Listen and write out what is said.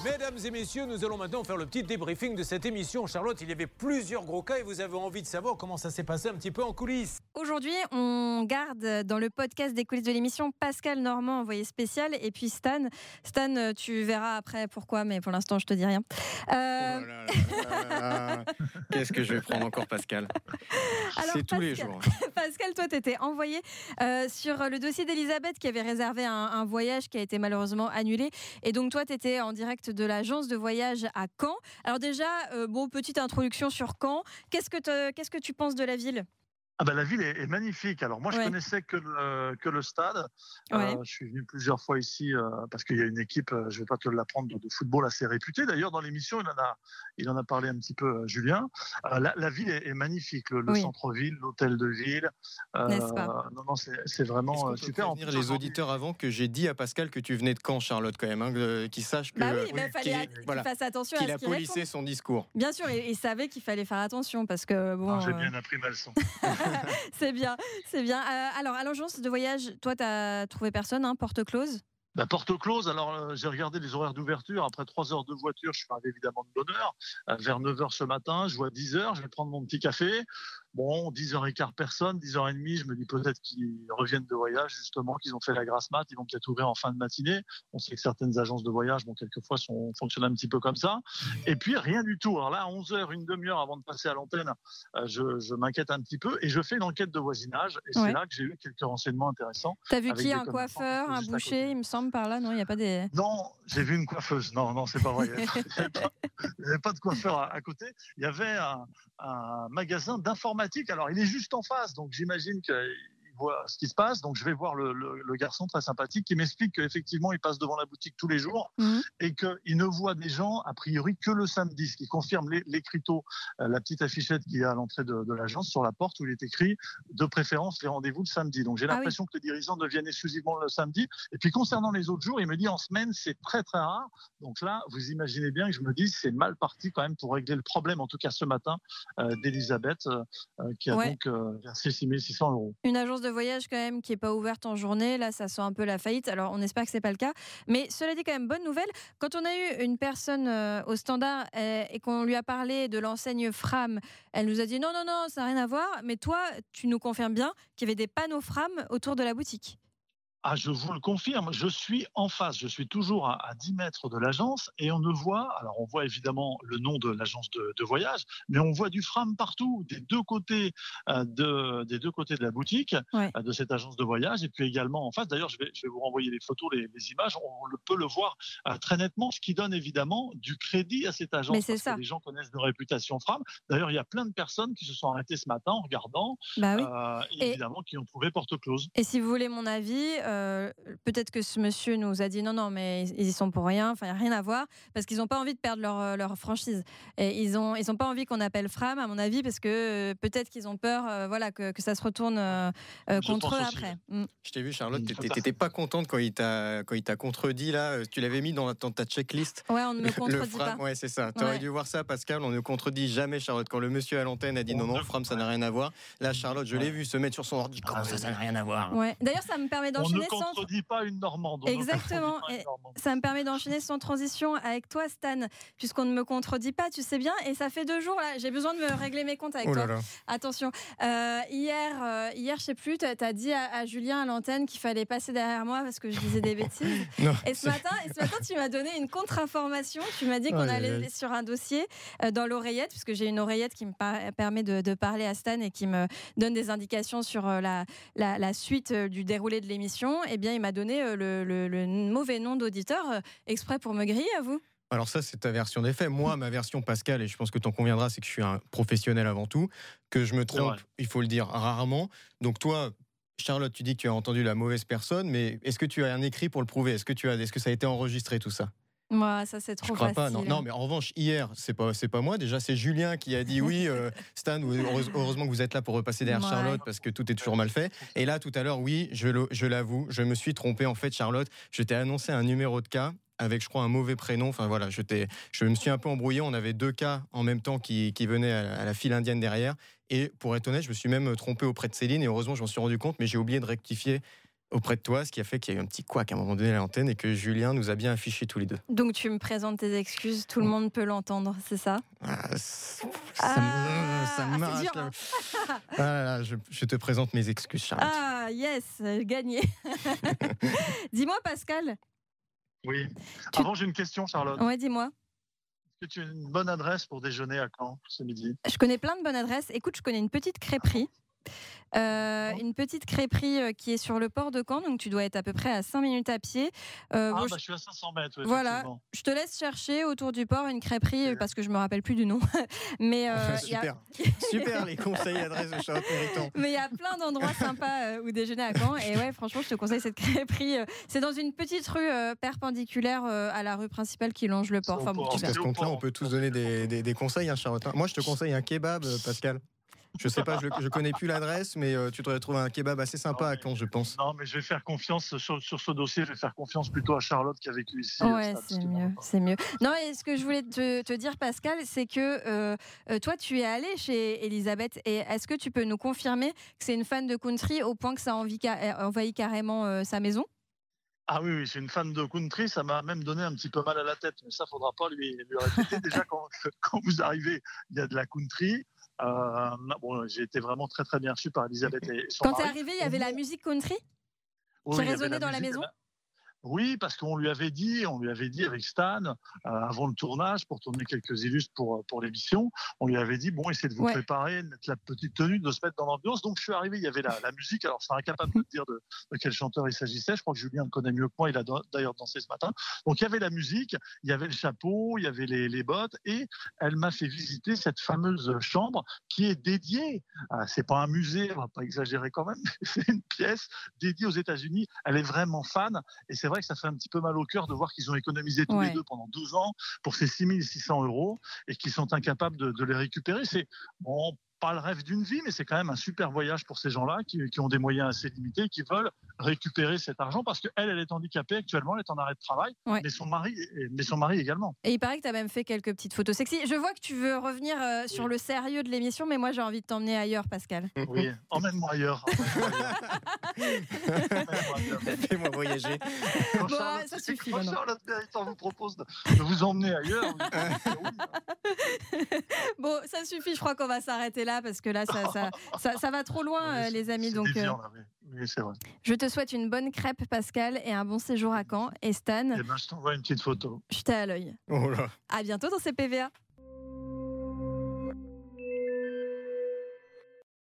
Mesdames et messieurs, nous allons maintenant faire le petit débriefing de cette émission. Charlotte, il y avait plusieurs gros cas et vous avez envie de savoir comment ça s'est passé un petit peu en coulisses. Aujourd'hui, on garde dans le podcast des coulisses de l'émission Pascal Normand, envoyé spécial, et puis Stan. Stan, tu verras après pourquoi, mais pour l'instant, je te dis rien. Oh là là. Qu'est-ce que je vais prendre encore, Pascal? Alors, c'est tous les jours. Pascal, toi, tu étais envoyé sur le dossier d'Elisabeth qui avait réservé un voyage qui a été malheureusement annulé. Et donc, toi, tu étais en direct de l'agence de voyage à Caen. Alors déjà, petite introduction sur Caen. Qu'est-ce que tu penses de la ville ? La ville est magnifique. Alors moi, je connaissais que le stade. Ouais. Je suis venu plusieurs fois ici parce qu'il y a une équipe, je ne vais pas te l'apprendre, de football assez réputée. D'ailleurs, dans l'émission, il en a parlé un petit peu, Julien. La ville est magnifique. Le centre-ville, l'hôtel de ville. N'est-ce pas ? Non, c'est vraiment super. On peut prévenir les auditeurs avant que j'ai dit à Pascal que tu venais de Caen, Charlotte, quand même, qu'ils sachent que il fallait qu'il fasse attention qu'il à a ce qu'il polissé répond. son discours. Bien sûr, il savait qu'il fallait faire attention parce que J'ai bien appris ma leçon. C'est bien. Alors, à l'agence de voyage, toi, tu as trouvé personne, porte close ? Porte close, alors j'ai regardé les horaires d'ouverture. Après 3 heures de voiture, je suis arrivé évidemment de bonne heure. Vers 9 heures ce matin, je vois 10 heures, je vais prendre mon petit café. Bon, 10h15 personne, 10h30, je me dis peut-être qu'ils reviennent de voyage, justement, qu'ils ont fait la grasse mat, ils vont peut-être ouvrir en fin de matinée. On sait que certaines agences de voyage, quelquefois, fonctionnent un petit peu comme ça. Et puis, rien du tout. Alors là, à 11h, une demi-heure avant de passer à l'antenne, je m'inquiète un petit peu et je fais une enquête de voisinage. Et c'est là que j'ai eu quelques renseignements intéressants. T'as vu qui ? Un coiffeur, un boucher, il me semble, par là ? Non, il n'y a pas des... Non, j'ai vu une coiffeuse. Non, c'est pas vrai. Il n'y avait pas de coiffeur à côté. Il y avait un magasin d'informatique. Alors, il est juste en face, donc j'imagine qu'il voit ce qui se passe. Donc, je vais voir le garçon très sympathique qui m'explique qu'effectivement, il passe devant la boutique tous les jours et qu'il ne voit des gens, a priori, que le samedi. Ce qui confirme l'écriteau, la petite affichette qu'il y a à l'entrée de l'agence sur la porte où il est écrit de préférence les rendez-vous le samedi. Donc, j'ai l'impression que les dirigeants ne viennent exclusivement le samedi. Et puis, concernant les autres jours, il me dit en semaine, c'est très, très rare. Donc là, vous imaginez bien que je me dis c'est mal parti quand même pour régler le problème, en tout cas ce matin, d'Elisabeth, qui a donc versé 6 600 €. Une agence de voyage quand même qui n'est pas ouverte en journée, là ça sent un peu la faillite, alors on espère que c'est pas le cas, mais cela dit quand même bonne nouvelle, quand on a eu une personne au standard et qu'on lui a parlé de l'enseigne Fram, elle nous a dit non ça n'a rien à voir, mais toi tu nous confirmes bien qu'il y avait des panneaux Fram autour de la boutique. Ah, je vous le confirme, je suis en face, je suis toujours à 10 mètres de l'agence et on voit évidemment le nom de l'agence de voyage, mais on voit du Fram partout, des deux côtés de la boutique, de cette agence de voyage, et puis également en face. D'ailleurs, je vais vous renvoyer les photos, les images, on peut le voir très nettement, ce qui donne évidemment du crédit à cette agence, parce que les gens connaissent de réputation Fram. D'ailleurs, il y a plein de personnes qui se sont arrêtées ce matin en regardant, et évidemment qui ont trouvé porte close. Et si vous voulez mon avis, peut-être que ce monsieur nous a dit non, mais ils y sont pour rien, enfin il n'y a rien à voir, parce qu'ils n'ont pas envie de perdre leur franchise. Et ils ont pas envie qu'on appelle Fram, à mon avis, parce que peut-être qu'ils ont peur que ça se retourne contre eux après. Je t'ai vu, Charlotte, tu n'étais pas contente quand il t'a contredit, là, tu l'avais mis dans ta checklist. Ouais, on ne me contredit Fram, pas. Ouais, c'est ça. Tu aurais dû voir ça, Pascal, on ne contredit jamais, Charlotte. Quand le monsieur à l'antenne a dit non, Fram, ça n'a rien à voir. Là, Charlotte, je l'ai vu se mettre sur son ordi. Comment ça n'a rien à voir ? Ouais. D'ailleurs, ça me permet d'enchaîner. On ne contredit pas une Normande. Exactement. Et ça me permet d'enchaîner sans transition avec toi, Stan, puisqu'on ne me contredit pas, tu sais bien. Et ça fait 2 jours, là, j'ai besoin de me régler mes comptes avec toi. Attention. Hier, je sais plus, tu as dit à Julien à l'antenne qu'il fallait passer derrière moi parce que je disais des bêtises. Et ce matin, tu m'as donné une contre-information. Tu m'as dit qu'on allait sur un dossier dans l'oreillette, puisque j'ai une oreillette qui me permet de parler à Stan et qui me donne des indications sur la suite du déroulé de l'émission. Eh bien, il m'a donné le mauvais nom d'auditeur exprès pour me griller, à vous. Alors ça, c'est ta version des faits. Moi, ma version, Pascal, et je pense que tu en conviendras, c'est que je suis un professionnel avant tout, que je me trompe, il faut le dire, rarement. Donc toi, Charlotte, tu dis que tu as entendu la mauvaise personne, mais est-ce que tu as un écrit pour le prouver ? Est-ce que ça a été enregistré, tout ça ? Moi, ça c'est trop facile. Pas, non, mais en revanche, hier, c'est pas moi. Déjà, c'est Julien qui a dit oui, Stan, heureusement que vous êtes là pour repasser derrière Charlotte parce que tout est toujours mal fait. Et là, tout à l'heure, oui, je l'avoue, je me suis trompé. En fait, Charlotte, je t'ai annoncé un numéro de cas avec, je crois, un mauvais prénom. Enfin voilà, je me suis un peu embrouillé. On avait 2 cas en même temps qui venaient à la file indienne derrière. Et pour être honnête, je me suis même trompé auprès de Céline. Et heureusement, je m'en suis rendu compte, mais j'ai oublié de rectifier auprès de toi, ce qui a fait qu'il y a eu un petit couac à un moment donné à l'antenne et que Julien nous a bien affichés tous les deux. Donc tu me présentes tes excuses, tout le monde peut l'entendre, c'est ça? Ça m'arrache. Dur, hein. Je te présente mes excuses, Charlotte. Ah yes, gagné. Dis-moi Pascal. Oui. Avant, j'ai une question, Charlotte. Ouais, dis-moi. Est-ce que tu as une bonne adresse pour déjeuner à Caen ce midi? Je connais plein de bonnes adresses. Écoute, je connais une petite crêperie. Une petite crêperie qui est sur le port de Caen, donc tu dois être à peu près à 5 minutes à pied. Je suis à 500 mètres. Ouais, voilà, je te laisse chercher autour du port une crêperie parce que je me rappelle plus du nom. Mais super les conseils adresses de Charlotte Méritant. Mais il y a plein d'endroits sympas où déjeuner à Caen. Et ouais, franchement, je te conseille cette crêperie. C'est dans une petite rue perpendiculaire à la rue principale qui longe le port. Enfin, bon, à ce compte-là, on peut tous donner des conseils, hein, Charlotte. Moi, je te conseille un kebab, Pascal. Je sais pas, je connais plus l'adresse, mais tu devrais trouver un kebab assez sympa à Caen, je pense. Non, mais je vais faire confiance sur ce dossier. Je vais faire confiance plutôt à Charlotte qui a vécu ici. Ouais, c'est mieux. Non, et ce que je voulais te dire, Pascal, c'est que toi, tu es allé chez Elisabeth. Et est-ce que tu peux nous confirmer que c'est une fan de country au point que ça envahit carrément sa maison? Ah oui, c'est une fan de country. Ça m'a même donné un petit peu mal à la tête. Mais ça, faudra pas lui répéter. Déjà, quand vous arrivez, il y a de la country. J'ai été vraiment très très bien reçu par Elisabeth et son mari. Quand tu es arrivé, il y avait la musique country qui résonnait dans la maison? Oui, parce qu'on lui avait dit avec Stan, avant le tournage, pour tourner quelques illustres pour l'émission, on lui avait dit, essayez de vous préparer, mettre la petite tenue, de se mettre dans l'ambiance. Donc je suis arrivé, il y avait la musique, alors c'est incapable de dire de quel chanteur il s'agissait, je crois que Julien le connaît mieux que moi, il a d'ailleurs dansé ce matin. Donc il y avait la musique, il y avait le chapeau, il y avait les bottes, et elle m'a fait visiter cette fameuse chambre qui est dédiée, c'est pas un musée, on va pas exagérer quand même, mais c'est une pièce dédiée aux États-Unis. Elle est vraiment fan, et c'est vrai que ça fait un petit peu mal au cœur de voir qu'ils ont économisé tous les deux pendant 12 ans pour ces 6 600 € et qu'ils sont incapables de les récupérer. C'est pas le rêve d'une vie, mais c'est quand même un super voyage pour ces gens-là qui ont des moyens assez limités, qui veulent récupérer cet argent parce qu'elle est handicapée actuellement, elle est en arrêt de travail, mais son mari également. Et il paraît que tu as même fait quelques petites photos sexy. Je vois que tu veux revenir sur le sérieux de l'émission, mais moi j'ai envie de t'emmener ailleurs, Pascal. Oui, emmène-moi ailleurs. Fais-moi voyager. Ça suffit. Quand Charlotte Méritant vous propose de vous emmener ailleurs. Bon, ça suffit, je crois qu'on va s'arrêter là parce que là, ça va trop loin, les amis. Donc, oui, c'est vrai. Je te souhaite une bonne crêpe, Pascal, et un bon séjour à Caen. Et Stan, je t'envoie une petite photo. Je t'ai à l'œil. Oh là. À bientôt dans CPVA.